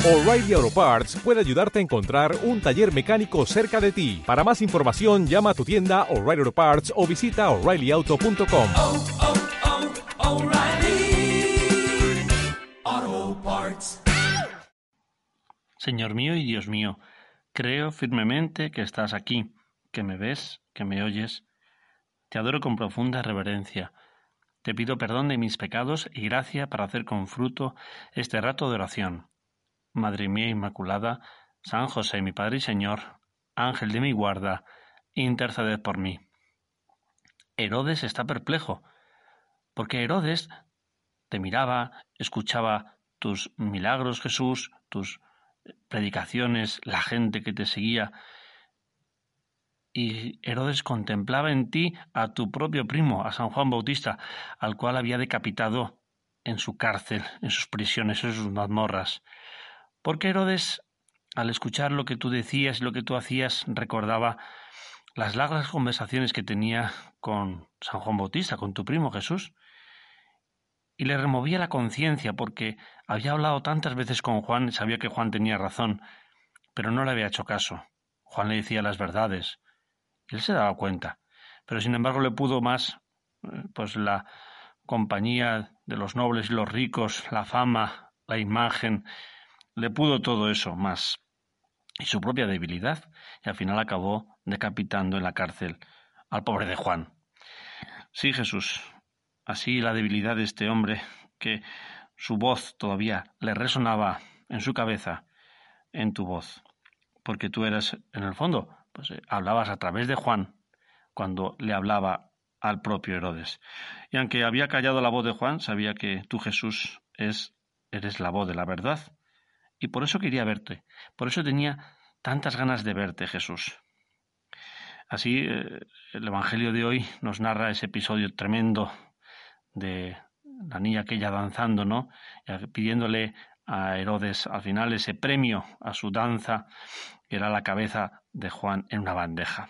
O'Reilly Auto Parts puede ayudarte a encontrar un taller mecánico cerca de ti. Para más información, llama a tu tienda O'Reilly Auto Parts o visita O'ReillyAuto.com. O'Reilly Auto Parts. Señor mío y Dios mío, creo firmemente que estás aquí, que me ves, que me oyes. Te adoro con profunda reverencia. Te pido perdón de mis pecados y gracia para hacer con fruto este rato de oración. Madre mía Inmaculada, San José, mi Padre y Señor, Ángel de mi guarda, interceded por mí. Herodes está perplejo, porque Herodes te miraba, escuchaba tus milagros, Jesús, tus predicaciones, la gente que te seguía, y Herodes contemplaba en ti a tu propio primo, a San Juan Bautista, al cual había decapitado en su cárcel, en sus prisiones, en sus mazmorras. Porque Herodes, al escuchar lo que tú decías y lo que tú hacías, recordaba las largas conversaciones que tenía con San Juan Bautista, con tu primo Jesús, y le removía la conciencia porque había hablado tantas veces con Juan y sabía que Juan tenía razón, pero no le había hecho caso. Juan le decía las verdades, y él se daba cuenta, pero sin embargo le pudo más pues la compañía de los nobles y los ricos, la fama, la imagen, le pudo todo eso más, y su propia debilidad, y al final acabó decapitando en la cárcel al pobre de Juan. Sí, Jesús, así la debilidad de este hombre, que su voz todavía le resonaba en su cabeza, en tu voz, porque tú eras, en el fondo, pues hablabas a través de Juan, cuando le hablaba al propio Herodes. Y aunque había callado la voz de Juan, sabía que tú, Jesús, eres la voz de la verdad. Y por eso quería verte, por eso tenía tantas ganas de verte, Jesús. Así, el Evangelio de hoy nos narra ese episodio tremendo de la niña aquella danzando, ¿no? Pidiéndole a Herodes al final ese premio a su danza, que era la cabeza de Juan en una bandeja.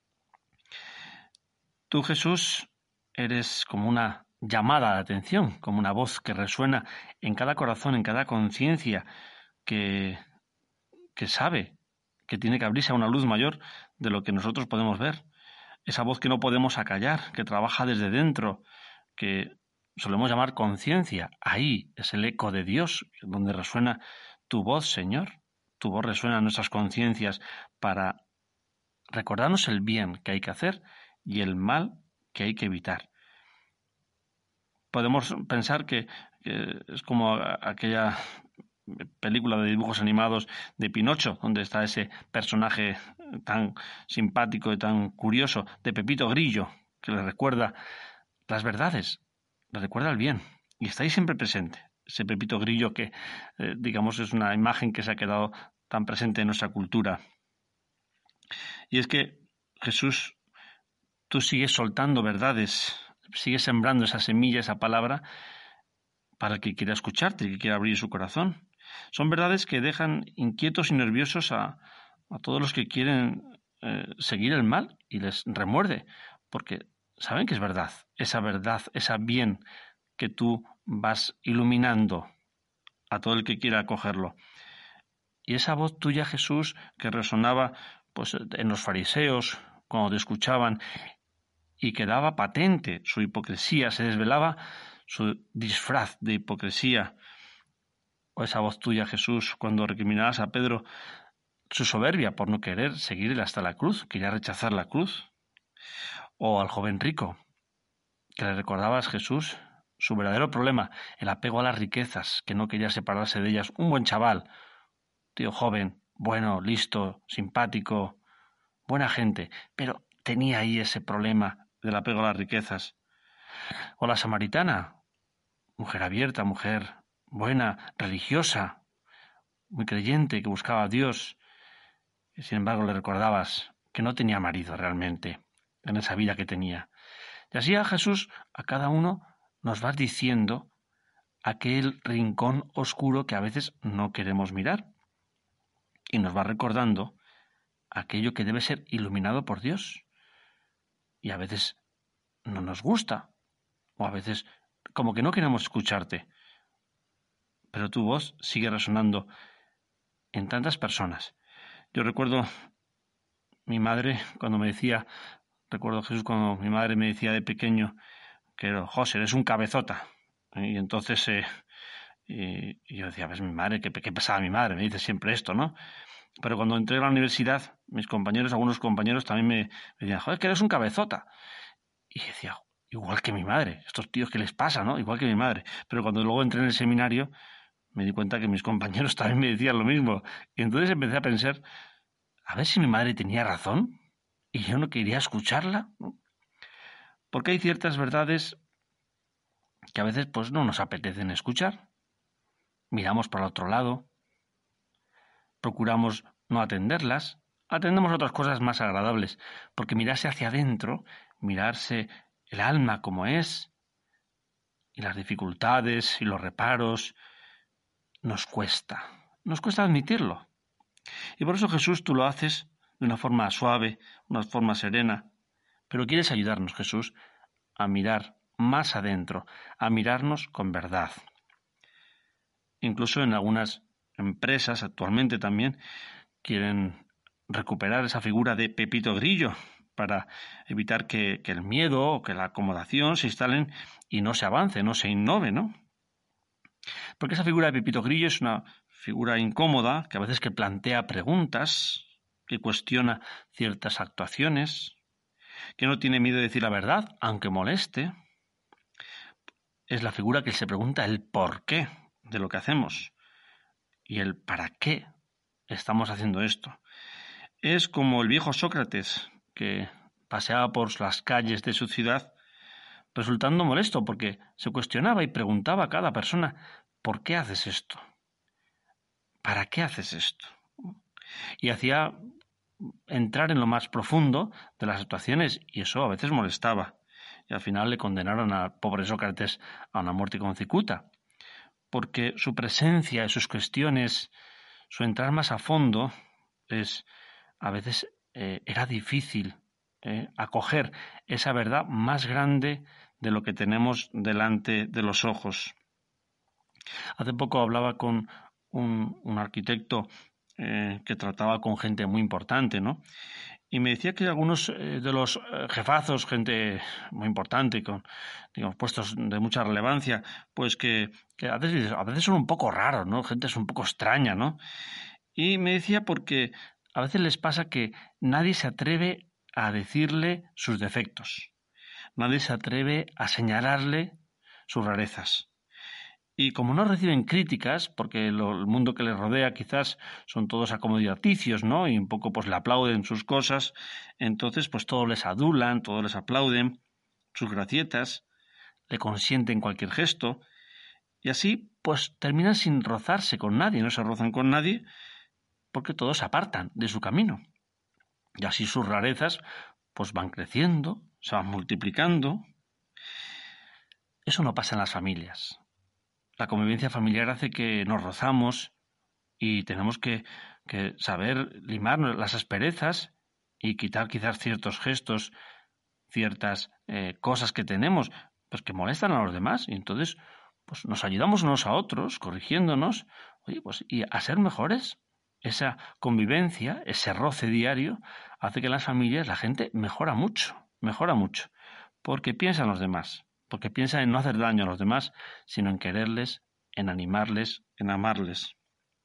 Tú, Jesús, eres como una llamada de atención, como una voz que resuena en cada corazón, en cada conciencia, que sabe que tiene que abrirse a una luz mayor de lo que nosotros podemos ver. Esa voz que no podemos acallar, que trabaja desde dentro, que solemos llamar conciencia. Ahí es el eco de Dios, donde resuena tu voz, Señor. Tu voz resuena en nuestras conciencias para recordarnos el bien que hay que hacer y el mal que hay que evitar. Podemos pensar que es como aquella película de dibujos animados de Pinocho, donde está ese personaje tan simpático y tan curioso de Pepito Grillo, que le recuerda las verdades, le recuerda el bien, y está ahí siempre presente. Ese Pepito Grillo que, digamos, es una imagen que se ha quedado tan presente en nuestra cultura. Y es que, Jesús, tú sigues soltando verdades, sigues sembrando esa semilla, esa palabra, para el que quiera escucharte, el que quiera abrir su corazón. Son verdades que dejan inquietos y nerviosos a todos los que quieren seguir el mal y les remuerde, porque saben que es verdad, esa bien que tú vas iluminando a todo el que quiera acogerlo. Y esa voz tuya, Jesús, que resonaba pues en los fariseos cuando te escuchaban y quedaba patente su hipocresía, se desvelaba su disfraz de hipocresía. O esa voz tuya, Jesús, cuando recriminabas a Pedro su soberbia por no querer seguirle hasta la cruz, quería rechazar la cruz. O al joven rico, que le recordabas, Jesús, su verdadero problema, el apego a las riquezas, que no quería separarse de ellas. Un buen chaval, tío joven, bueno, listo, simpático, buena gente, pero tenía ahí ese problema del apego a las riquezas. O la samaritana, mujer abierta, mujer buena, religiosa, muy creyente, que buscaba a Dios, y sin embargo le recordabas que no tenía marido realmente en esa vida que tenía. Y así a Jesús, a cada uno, nos vas diciendo aquel rincón oscuro que a veces no queremos mirar. Y nos va recordando aquello que debe ser iluminado por Dios. Y a veces no nos gusta, o a veces como que no queremos escucharte. Pero tu voz sigue resonando en tantas personas. Yo recuerdo mi madre cuando me decía, recuerdo Jesús cuando mi madre me decía de pequeño que José, eres un cabezota. Y entonces y yo decía, pues mi madre, ¿qué pasaba mi madre? Me dice siempre esto, ¿no? Pero cuando entré a la universidad, mis compañeros, algunos compañeros también me decían, joder, que eres un cabezota. Y decía, igual que mi madre, estos tíos, ¿qué les pasa, no? Igual que mi madre. Pero cuando luego entré en el seminario, me di cuenta que mis compañeros también me decían lo mismo. Y entonces empecé a pensar, a ver si mi madre tenía razón y yo no quería escucharla, ¿no? Porque hay ciertas verdades que a veces pues no nos apetecen escuchar. Miramos para el otro lado, procuramos no atenderlas, atendemos otras cosas más agradables, porque mirarse hacia adentro, mirarse el alma como es, y las dificultades y los reparos, nos cuesta admitirlo. Y por eso Jesús tú lo haces de una forma suave, una forma serena, pero quieres ayudarnos, Jesús, a mirar más adentro, a mirarnos con verdad. Incluso en algunas empresas actualmente también quieren recuperar esa figura de Pepito Grillo para evitar que el miedo o que la acomodación se instalen y no se avance, no se innove, ¿no? Porque esa figura de Pepito Grillo es una figura incómoda, que a veces que plantea preguntas, que cuestiona ciertas actuaciones, que no tiene miedo de decir la verdad, aunque moleste. Es la figura que se pregunta el por qué de lo que hacemos y el para qué estamos haciendo esto. Es como el viejo Sócrates, que paseaba por las calles de su ciudad resultando molesto porque se cuestionaba y preguntaba a cada persona, ¿por qué haces esto? ¿Para qué haces esto? Y hacía entrar en lo más profundo de las situaciones y eso a veces molestaba. Y al final le condenaron al pobre Sócrates a una muerte con cicuta, porque su presencia, sus cuestiones, su entrar más a fondo, a veces era difícil acoger esa verdad más grande de lo que tenemos delante de los ojos. Hace poco hablaba con un arquitecto que trataba con gente muy importante, ¿no? Y me decía que algunos de los jefazos, gente muy importante, con digamos, puestos de mucha relevancia, pues que a veces son un poco raros, ¿no? Gente es un poco extraña, ¿no? Y me decía porque a veces les pasa que nadie se atreve a decirle sus defectos. Nadie se atreve a señalarle sus rarezas. Y como no reciben críticas, porque el mundo que les rodea quizás son todos acomodaticios, ¿no? Y un poco pues le aplauden sus cosas, entonces pues todos les adulan, todos les aplauden sus gracietas, le consienten cualquier gesto, y así pues terminan sin rozarse con nadie, no se rozan con nadie, porque todos se apartan de su camino. Y así sus rarezas pues van creciendo, se van multiplicando. Eso no pasa en las familias. La convivencia familiar hace que nos rozamos y tenemos que saber limar las asperezas y quitar quizás ciertos gestos, ciertas cosas que tenemos, pues que molestan a los demás. Y entonces pues nos ayudamos unos a otros, corrigiéndonos, oye, pues, y a ser mejores. Esa convivencia, ese roce diario, hace que en las familias la gente mejora mucho, porque piensa en los demás, porque piensa en no hacer daño a los demás, sino en quererles, en animarles, en amarles.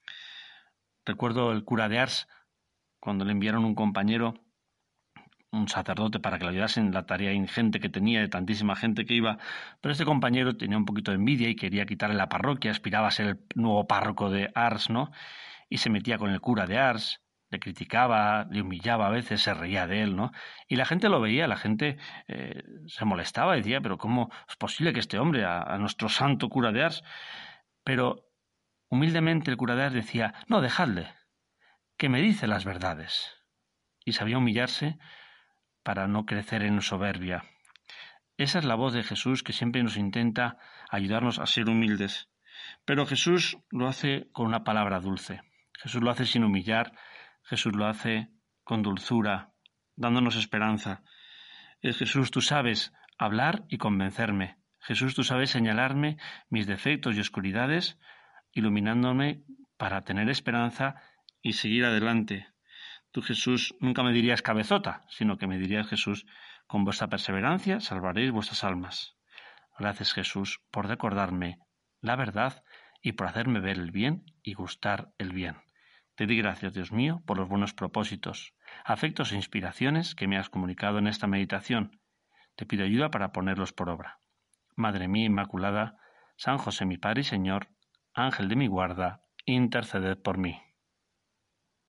Recuerdo el cura de Ars, cuando le enviaron un compañero, un sacerdote, para que le ayudase en la tarea ingente que tenía, de tantísima gente que iba, pero este compañero tenía un poquito de envidia y quería quitarle la parroquia, aspiraba a ser el nuevo párroco de Ars, ¿no? Y se metía con el cura de Ars, le criticaba, le humillaba a veces, se reía de él, ¿no? Y la gente lo veía, la gente se molestaba y decía, pero ¿cómo es posible que este hombre, a nuestro santo cura de Ars? Pero humildemente el cura de Ars decía, no, dejadle, que me dice las verdades. Y sabía humillarse para no crecer en soberbia. Esa es la voz de Jesús que siempre nos intenta ayudarnos a ser humildes. Pero Jesús lo hace con una palabra dulce. Jesús lo hace sin humillar, Jesús lo hace con dulzura, dándonos esperanza. Jesús, tú sabes hablar y convencerme. Jesús, tú sabes señalarme mis defectos y oscuridades, iluminándome para tener esperanza y seguir adelante. Tú, Jesús, nunca me dirías cabezota, sino que me dirías, Jesús, con vuestra perseverancia salvaréis vuestras almas. Gracias, Jesús, por recordarme la verdad y por hacerme ver el bien y gustar el bien. Te di gracias, Dios mío, por los buenos propósitos, afectos e inspiraciones que me has comunicado en esta meditación. Te pido ayuda para ponerlos por obra. Madre mía Inmaculada, San José mi Padre y Señor, Ángel de mi guarda, interceded por mí.